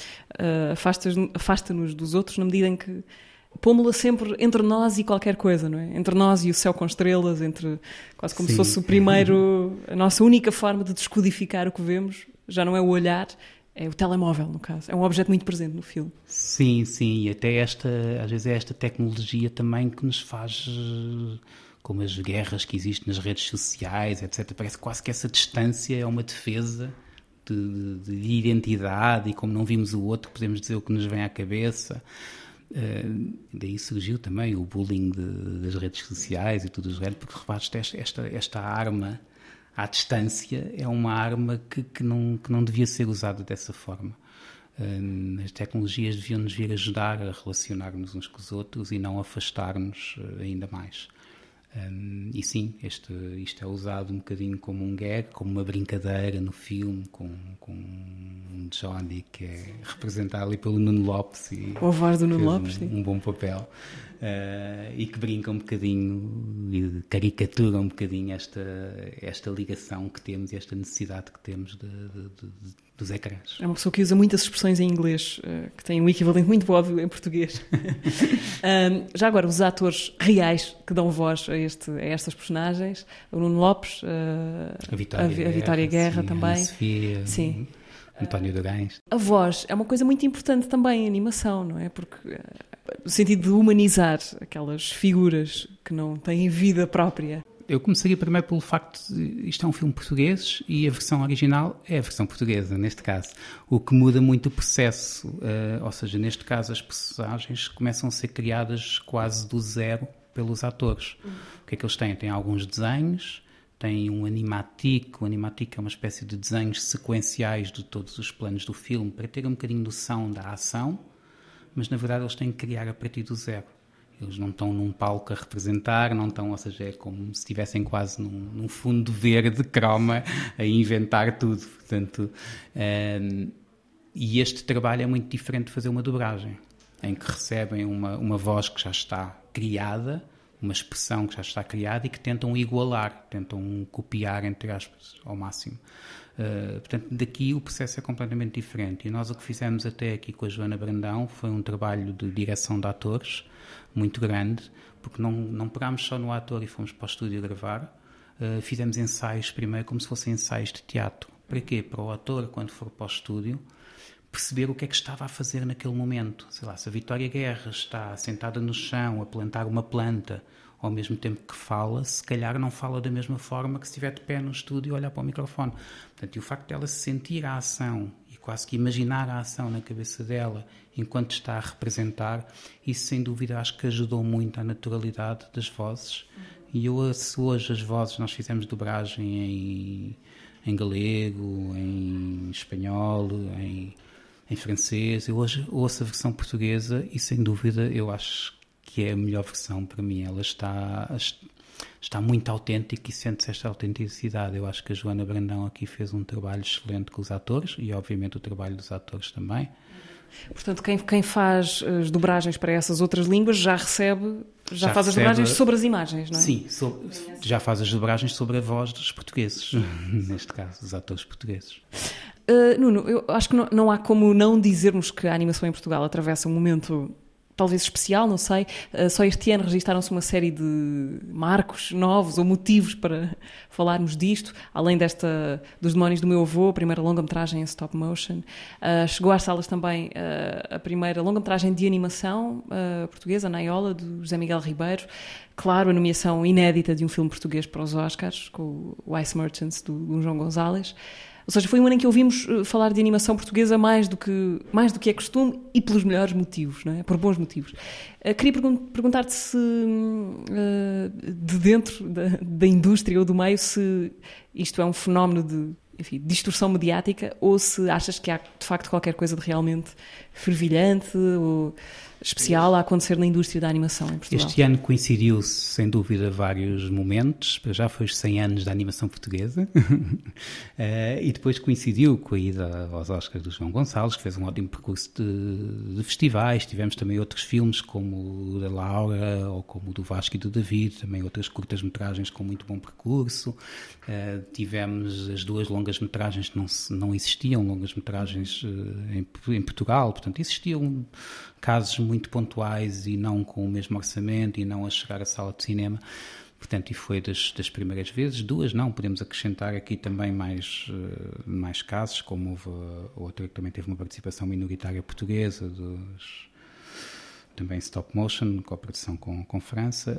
afasta-nos dos outros na medida em que pô-la sempre entre nós e qualquer coisa, não é? Entre nós e o céu com estrelas, quase como se fosse a nossa única forma de descodificar o que vemos, já não é o olhar, é o telemóvel, no caso. É um objeto muito presente no filme. Sim, e até às vezes é esta tecnologia também que nos faz, como as guerras que existem nas redes sociais, etc. Parece quase que essa distância é uma defesa de identidade, e como não vimos o outro, podemos dizer o que nos vem à cabeça. Daí surgiu também o bullying das redes sociais e tudo o género, porque reparaste, esta arma à distância é uma arma que não devia ser usada dessa forma. As tecnologias deviam nos vir ajudar a relacionar-nos uns com os outros e não afastar-nos ainda mais. E sim, isto é usado um bocadinho como um gag, como uma brincadeira no filme, com um Johnny que é representado ali pelo Nuno Lopes, e a voz do Nuno Lopes, um bom papel, e que brinca um bocadinho e caricatura um bocadinho esta ligação que temos e esta necessidade que temos dos ecrãs. É uma pessoa que usa muitas expressões em inglês, que tem um equivalente muito óbvio em português. Já agora, os atores reais que dão voz a estas personagens, o Nuno Lopes, a Vitória Guerra sim, também. A Sofia, sim. António Durães. A voz é uma coisa muito importante também em animação, não é? Porque no sentido de humanizar aquelas figuras que não têm vida própria. Eu começaria primeiro pelo facto de isto é um filme português e a versão original é a versão portuguesa, neste caso. O que muda muito o processo, ou seja, neste caso as personagens começam a ser criadas quase do zero pelos atores. O que é que eles têm? Têm alguns desenhos, têm um animatic. O animatic é uma espécie de desenhos sequenciais de todos os planos do filme para ter um bocadinho noção da ação, mas na verdade eles têm que criar a partir do zero. Eles não estão num palco a representar, não estão, ou seja, é como se estivessem quase num fundo verde croma a inventar tudo. Portanto, e este trabalho é muito diferente de fazer uma dobragem, em que recebem uma voz que já está criada, uma expressão que já está criada e que tentam igualar, tentam copiar, entre aspas, ao máximo. Portanto, daqui o processo é completamente diferente. E nós o que fizemos até aqui com a Joana Brandão foi um trabalho de direção de atores muito grande, porque não pegámos só no ator e fomos para o estúdio gravar. Fizemos ensaios primeiro como se fossem ensaios de teatro. Para quê? Para o ator, quando for para o estúdio, perceber o que é que estava a fazer naquele momento. Sei lá, se a Vitória Guerra está sentada no chão a plantar uma planta ao mesmo tempo que fala, se calhar não fala da mesma forma que se estiver de pé no estúdio e olhar para o microfone. Portanto, e o facto dela sentir a ação e quase que imaginar a ação na cabeça dela enquanto está a representar, isso sem dúvida acho que ajudou muito à naturalidade das vozes. E eu ouço hoje as vozes, nós fizemos dobragem em galego, em espanhol, em francês. Eu hoje ouço a versão portuguesa e sem dúvida eu acho que é a melhor versão para mim. Ela está muito autêntica e sente-se esta autenticidade. Eu acho que a Joana Brandão aqui fez um trabalho excelente com os atores e obviamente o trabalho dos atores também. Portanto, quem faz as dobragens para essas outras línguas já faz as dobragens sobre as imagens, não é? Sim, já faz as dobragens sobre a voz dos portugueses, neste caso, dos atores portugueses. Nuno, eu acho que não há como não dizermos que a animação em Portugal atravessa um momento talvez especial, não sei. Só este ano registaram-se uma série de marcos novos ou motivos para falarmos disto, além dos Demónios do Meu Avô, a primeira longa-metragem em stop motion. Chegou às salas também a primeira longa-metragem de animação portuguesa, Naiola, do José Miguel Ribeiro. Claro, a nomeação inédita de um filme português para os Oscars, com o Ice Merchants, do João Gonzalez. Ou seja, foi um ano em que ouvimos falar de animação portuguesa mais do que é costume e pelos melhores motivos, não é? Por bons motivos. Queria perguntar-te se, de dentro da indústria ou do meio, se isto é um fenómeno de distorção mediática ou se achas que há, de facto, qualquer coisa de realmente fervilhante ou especial a acontecer na indústria da animação em Portugal. Este ano coincidiu, sem dúvida, vários momentos. Já foi os 100 anos da animação portuguesa. E depois coincidiu com a ida aos Oscars do João Gonçalves, que fez um ótimo percurso de festivais. Tivemos também outros filmes, como o da Laura, ou como o do Vasco e do David, também outras curtas-metragens com muito bom percurso. Tivemos as 2 longas-metragens que não existiam, longas-metragens em Portugal, portanto existiam casos muito pontuais e não com o mesmo orçamento e não a chegar à sala de cinema. Portanto, e foi das primeiras vezes. 2 não, podemos acrescentar aqui também mais casos, como houve outra que também teve uma participação minoritária portuguesa, também stop motion, cooperação com França,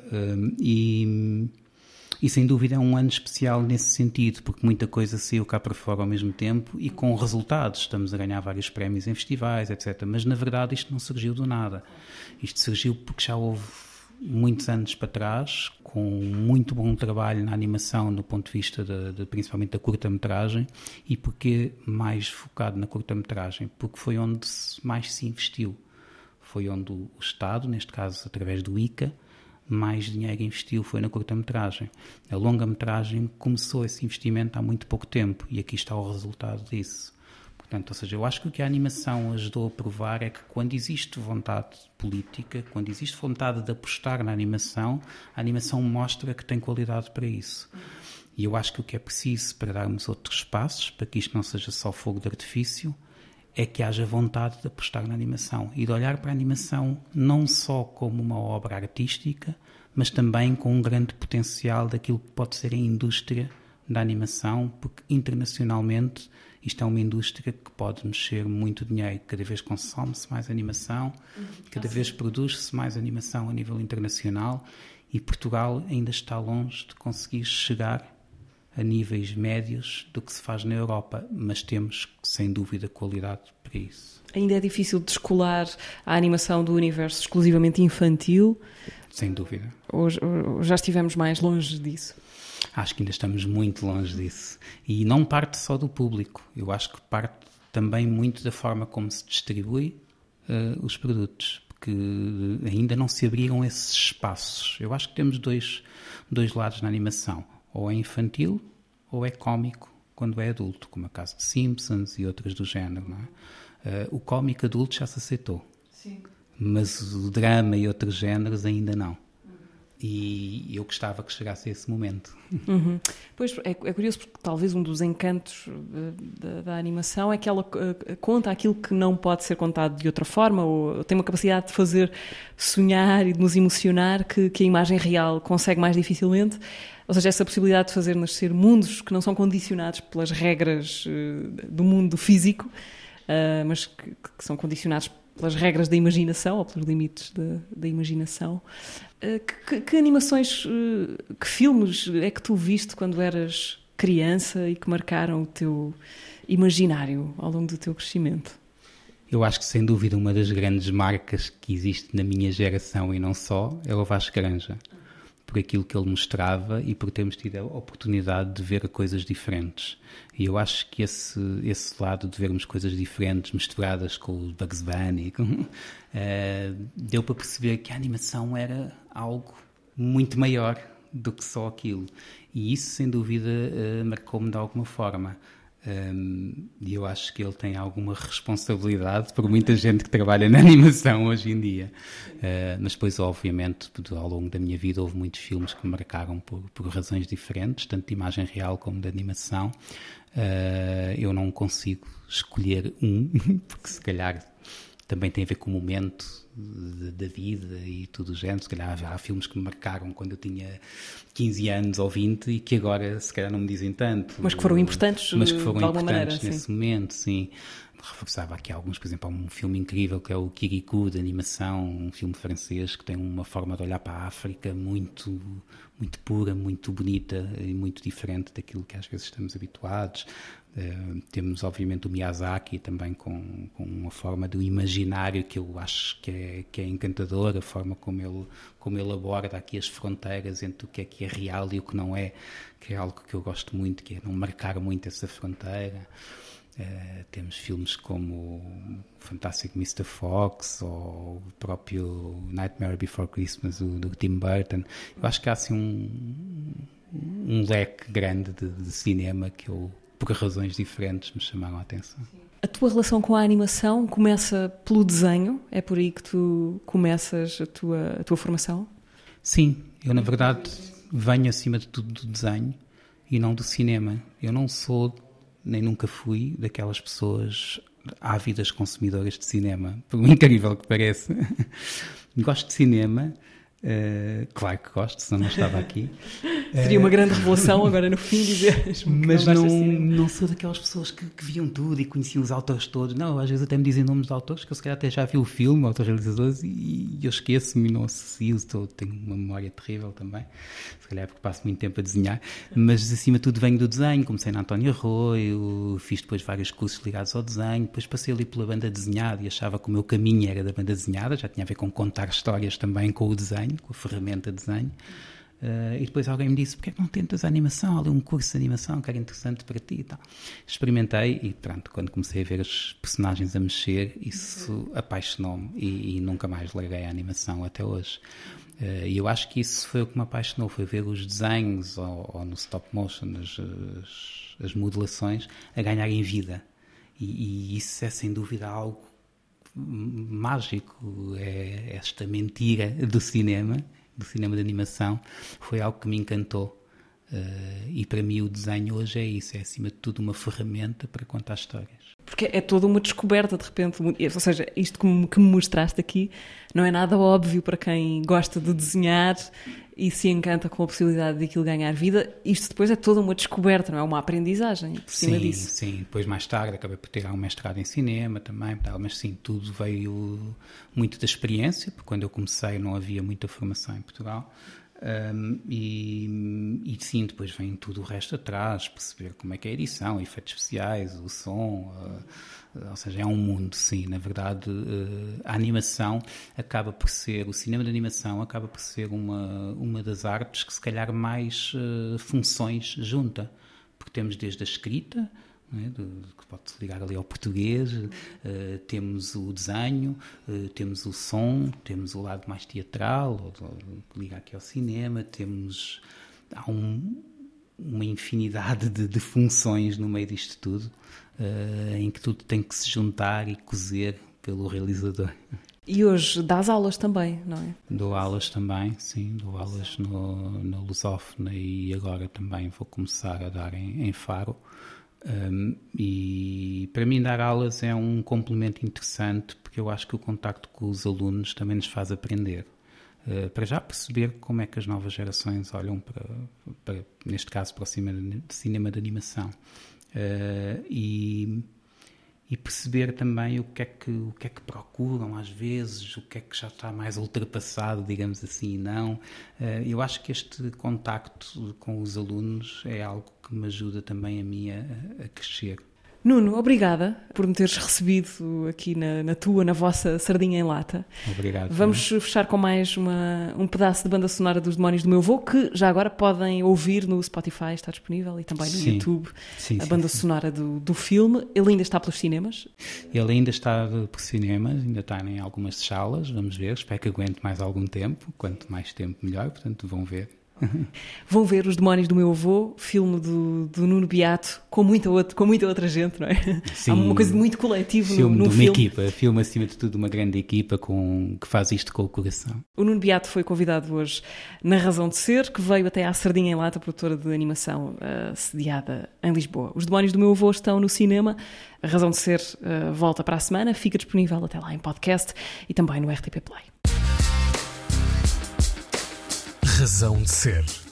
e sem dúvida é um ano especial nesse sentido, porque muita coisa saiu cá para fora ao mesmo tempo e com resultados. Estamos a ganhar vários prémios em festivais, etc. Mas na verdade isto não surgiu do nada. Isto surgiu porque já houve muitos anos para trás, com muito bom trabalho na animação do ponto de vista principalmente da curta-metragem, e porque mais focado na curta-metragem, porque foi onde mais se investiu. Foi onde o Estado, neste caso através do ICA, mais dinheiro investiu foi na curta-metragem. A longa-metragem começou esse investimento há muito pouco tempo e aqui está o resultado disso. Portanto, ou seja, eu acho que o que a animação ajudou a provar é que quando existe vontade política, quando existe vontade de apostar na animação, a animação mostra que tem qualidade para isso. E eu acho que o que é preciso para darmos outros passos, para que isto não seja só fogo de artifício, é que haja vontade de apostar na animação e de olhar para a animação não só como uma obra artística, mas também com um grande potencial daquilo que pode ser a indústria da animação, porque internacionalmente isto é uma indústria que pode mexer muito dinheiro. Cada vez consome-se mais animação, cada vez produz-se mais animação a nível internacional e Portugal ainda está longe de conseguir chegar a níveis médios do que se faz na Europa, mas temos, sem dúvida, qualidade para isso. Ainda é difícil descolar a animação do universo exclusivamente infantil? Sem dúvida. Ou já estivemos mais longe disso? Acho que ainda estamos muito longe disso. E não parte só do público. Eu acho que parte também muito da forma como se distribui os produtos, porque ainda não se abriram esses espaços. Eu acho que temos dois lados na animação. Ou é infantil ou é cómico quando é adulto, como a caso de Simpsons e outras do género, não é? O cómico adulto já se aceitou. Sim. Mas o drama e outros géneros ainda não. E eu gostava que chegasse a esse momento. Uhum. Pois, é curioso porque talvez um dos encantos da animação é que ela conta aquilo que não pode ser contado de outra forma, ou tem uma capacidade de fazer sonhar e de nos emocionar que a imagem real consegue mais dificilmente. Ou seja, essa possibilidade de fazer nascer mundos que não são condicionados pelas regras do mundo físico, mas que são condicionados pelas regras da imaginação, ou pelos limites da imaginação. Que animações, que filmes é que tu viste quando eras criança e que marcaram o teu imaginário ao longo do teu crescimento? Eu acho que, sem dúvida, uma das grandes marcas que existe na minha geração e não só é o Vasco Granja. Por aquilo que ele mostrava e por termos tido a oportunidade de ver coisas diferentes. E eu acho que esse lado de vermos coisas diferentes misturadas com o Bugs Bunny deu para perceber que a animação era algo muito maior do que só aquilo. E isso, sem dúvida, marcou-me de alguma forma. E eu acho que ele tem alguma responsabilidade por muita gente que trabalha na animação hoje em dia. Mas depois, obviamente, ao longo da minha vida houve muitos filmes que me marcaram por razões diferentes, tanto de imagem real como de animação. Eu não consigo escolher um, porque se calhar também tem a ver com o momento da vida e tudo o género. Se calhar há filmes que me marcaram quando eu tinha 15 anos ou 20 e que agora se calhar não me dizem tanto. Mas que foram importantes, mas que foram de alguma importantes maneira, nesse momento, sim. reforçava aqui alguns, por exemplo, há um filme incrível que é o Kirikou, de animação, um filme francês que tem uma forma de olhar para a África muito, muito pura, muito bonita e muito diferente daquilo que às vezes estamos habituados. Temos, obviamente, o Miyazaki também com uma forma do imaginário que eu acho que é encantadora, a forma como ele aborda aqui as fronteiras entre o que é real e o que não é, que é algo que eu gosto muito, que é não marcar muito essa fronteira. Temos filmes como Fantastic Mr. Fox ou o próprio Nightmare Before Christmas do Tim Burton. Eu acho que há assim um leque grande de cinema que eu, por razões diferentes, me chamaram a atenção. A tua relação com a animação começa pelo desenho? É por aí que tu começas a tua formação? Sim, eu na verdade venho acima de tudo do desenho e não do cinema. Eu não sou, nem nunca fui, daquelas pessoas ávidas consumidoras de cinema, por incrível que pareça. Gosto de cinema, claro que gosto, senão não estava aqui. Seria uma grande revelação agora no fim dizeres. Mas não sou daquelas pessoas que viam tudo e conheciam os autores todos. Não, às vezes até me dizem nomes de autores que eu se calhar até já vi o filme, autores realizadores, e eu esqueço-me e não associo, tenho uma memória terrível também, se calhar porque passo muito tempo a desenhar, mas acima de tudo venho do desenho. Comecei na António Arroio, fiz depois vários cursos ligados ao desenho, depois passei ali pela banda desenhada e achava que o meu caminho era da banda desenhada, já tinha a ver com contar histórias também com o desenho, com a ferramenta de desenho. E depois alguém me disse: porque é que não tentas a animação? Há ali um curso de animação que era interessante para ti e tal. Experimentei e pronto, quando comecei a ver os personagens a mexer, isso apaixonou-me e nunca mais larguei a animação até hoje. E eu acho que isso foi o que me apaixonou, foi ver os desenhos ou no stop motion, as modelações a ganharem vida. E isso é sem dúvida algo mágico, é esta mentira do cinema de animação, foi algo que me encantou. E para mim o desenho hoje é isso, é acima de tudo uma ferramenta para contar histórias. Porque é toda uma descoberta de repente, ou seja, isto que me mostraste aqui não é nada óbvio para quem gosta de desenhar e se encanta com a possibilidade de aquilo ganhar vida. Isto depois é toda uma descoberta, não é? Uma aprendizagem por cima disso. Sim, depois mais tarde acabei por tirar um mestrado em cinema também, mas sim, tudo veio muito da experiência, porque quando eu comecei não havia muita formação em Portugal. E sim, depois vem tudo o resto atrás, perceber como é que é a edição, efeitos especiais, o som, ou seja, é um mundo, sim. Na verdade, a animação acaba por ser, o cinema de animação acaba por ser uma das artes que se calhar mais funções junta, porque temos desde a escrita, que pode-se ligar ali ao português, temos o desenho, temos o som, temos o lado mais teatral, que liga aqui ao cinema, há uma infinidade de funções no meio disto tudo, em que tudo tem que se juntar e cozer pelo realizador. E hoje dás aulas também, não é? Dou aulas também, sim, dou aulas na Lusófona e agora também vou começar a dar em Faro. E para mim dar aulas é um complemento interessante, porque eu acho que o contacto com os alunos também nos faz aprender, para já perceber como é que as novas gerações olham para neste caso, para o cinema de animação, e perceber também o que é que procuram às vezes, o que é que já está mais ultrapassado, digamos assim, não. Eu acho que este contacto com os alunos é algo que me ajuda também a mim a crescer. Nuno, obrigada por me teres recebido aqui na vossa Sardinha em Lata. Obrigado. Vamos fechar com mais um pedaço de banda sonora dos Demónios do Meu Vô, que já agora podem ouvir no Spotify, está disponível, e também no YouTube, a banda sonora do filme. Ele ainda está pelos cinemas? Ele ainda está por cinemas, ainda está em algumas salas, vamos ver, espero que aguente mais algum tempo, quanto mais tempo melhor, portanto vão ver. Vão ver Os Demónios do Meu Avô, filme do Nuno Beato, com muita outra gente, não é? Sim, há uma coisa muito coletiva no filme. Uma equipa, filme acima de tudo uma grande equipa que faz isto com o coração. O Nuno Beato foi convidado hoje na Razão de Ser, que veio até à Sardinha em Lata, produtora de animação sediada em Lisboa. Os Demónios do Meu Avô estão no cinema. A Razão de Ser volta para a semana, fica disponível até lá em podcast e também no RTP Play. Razão de Ser.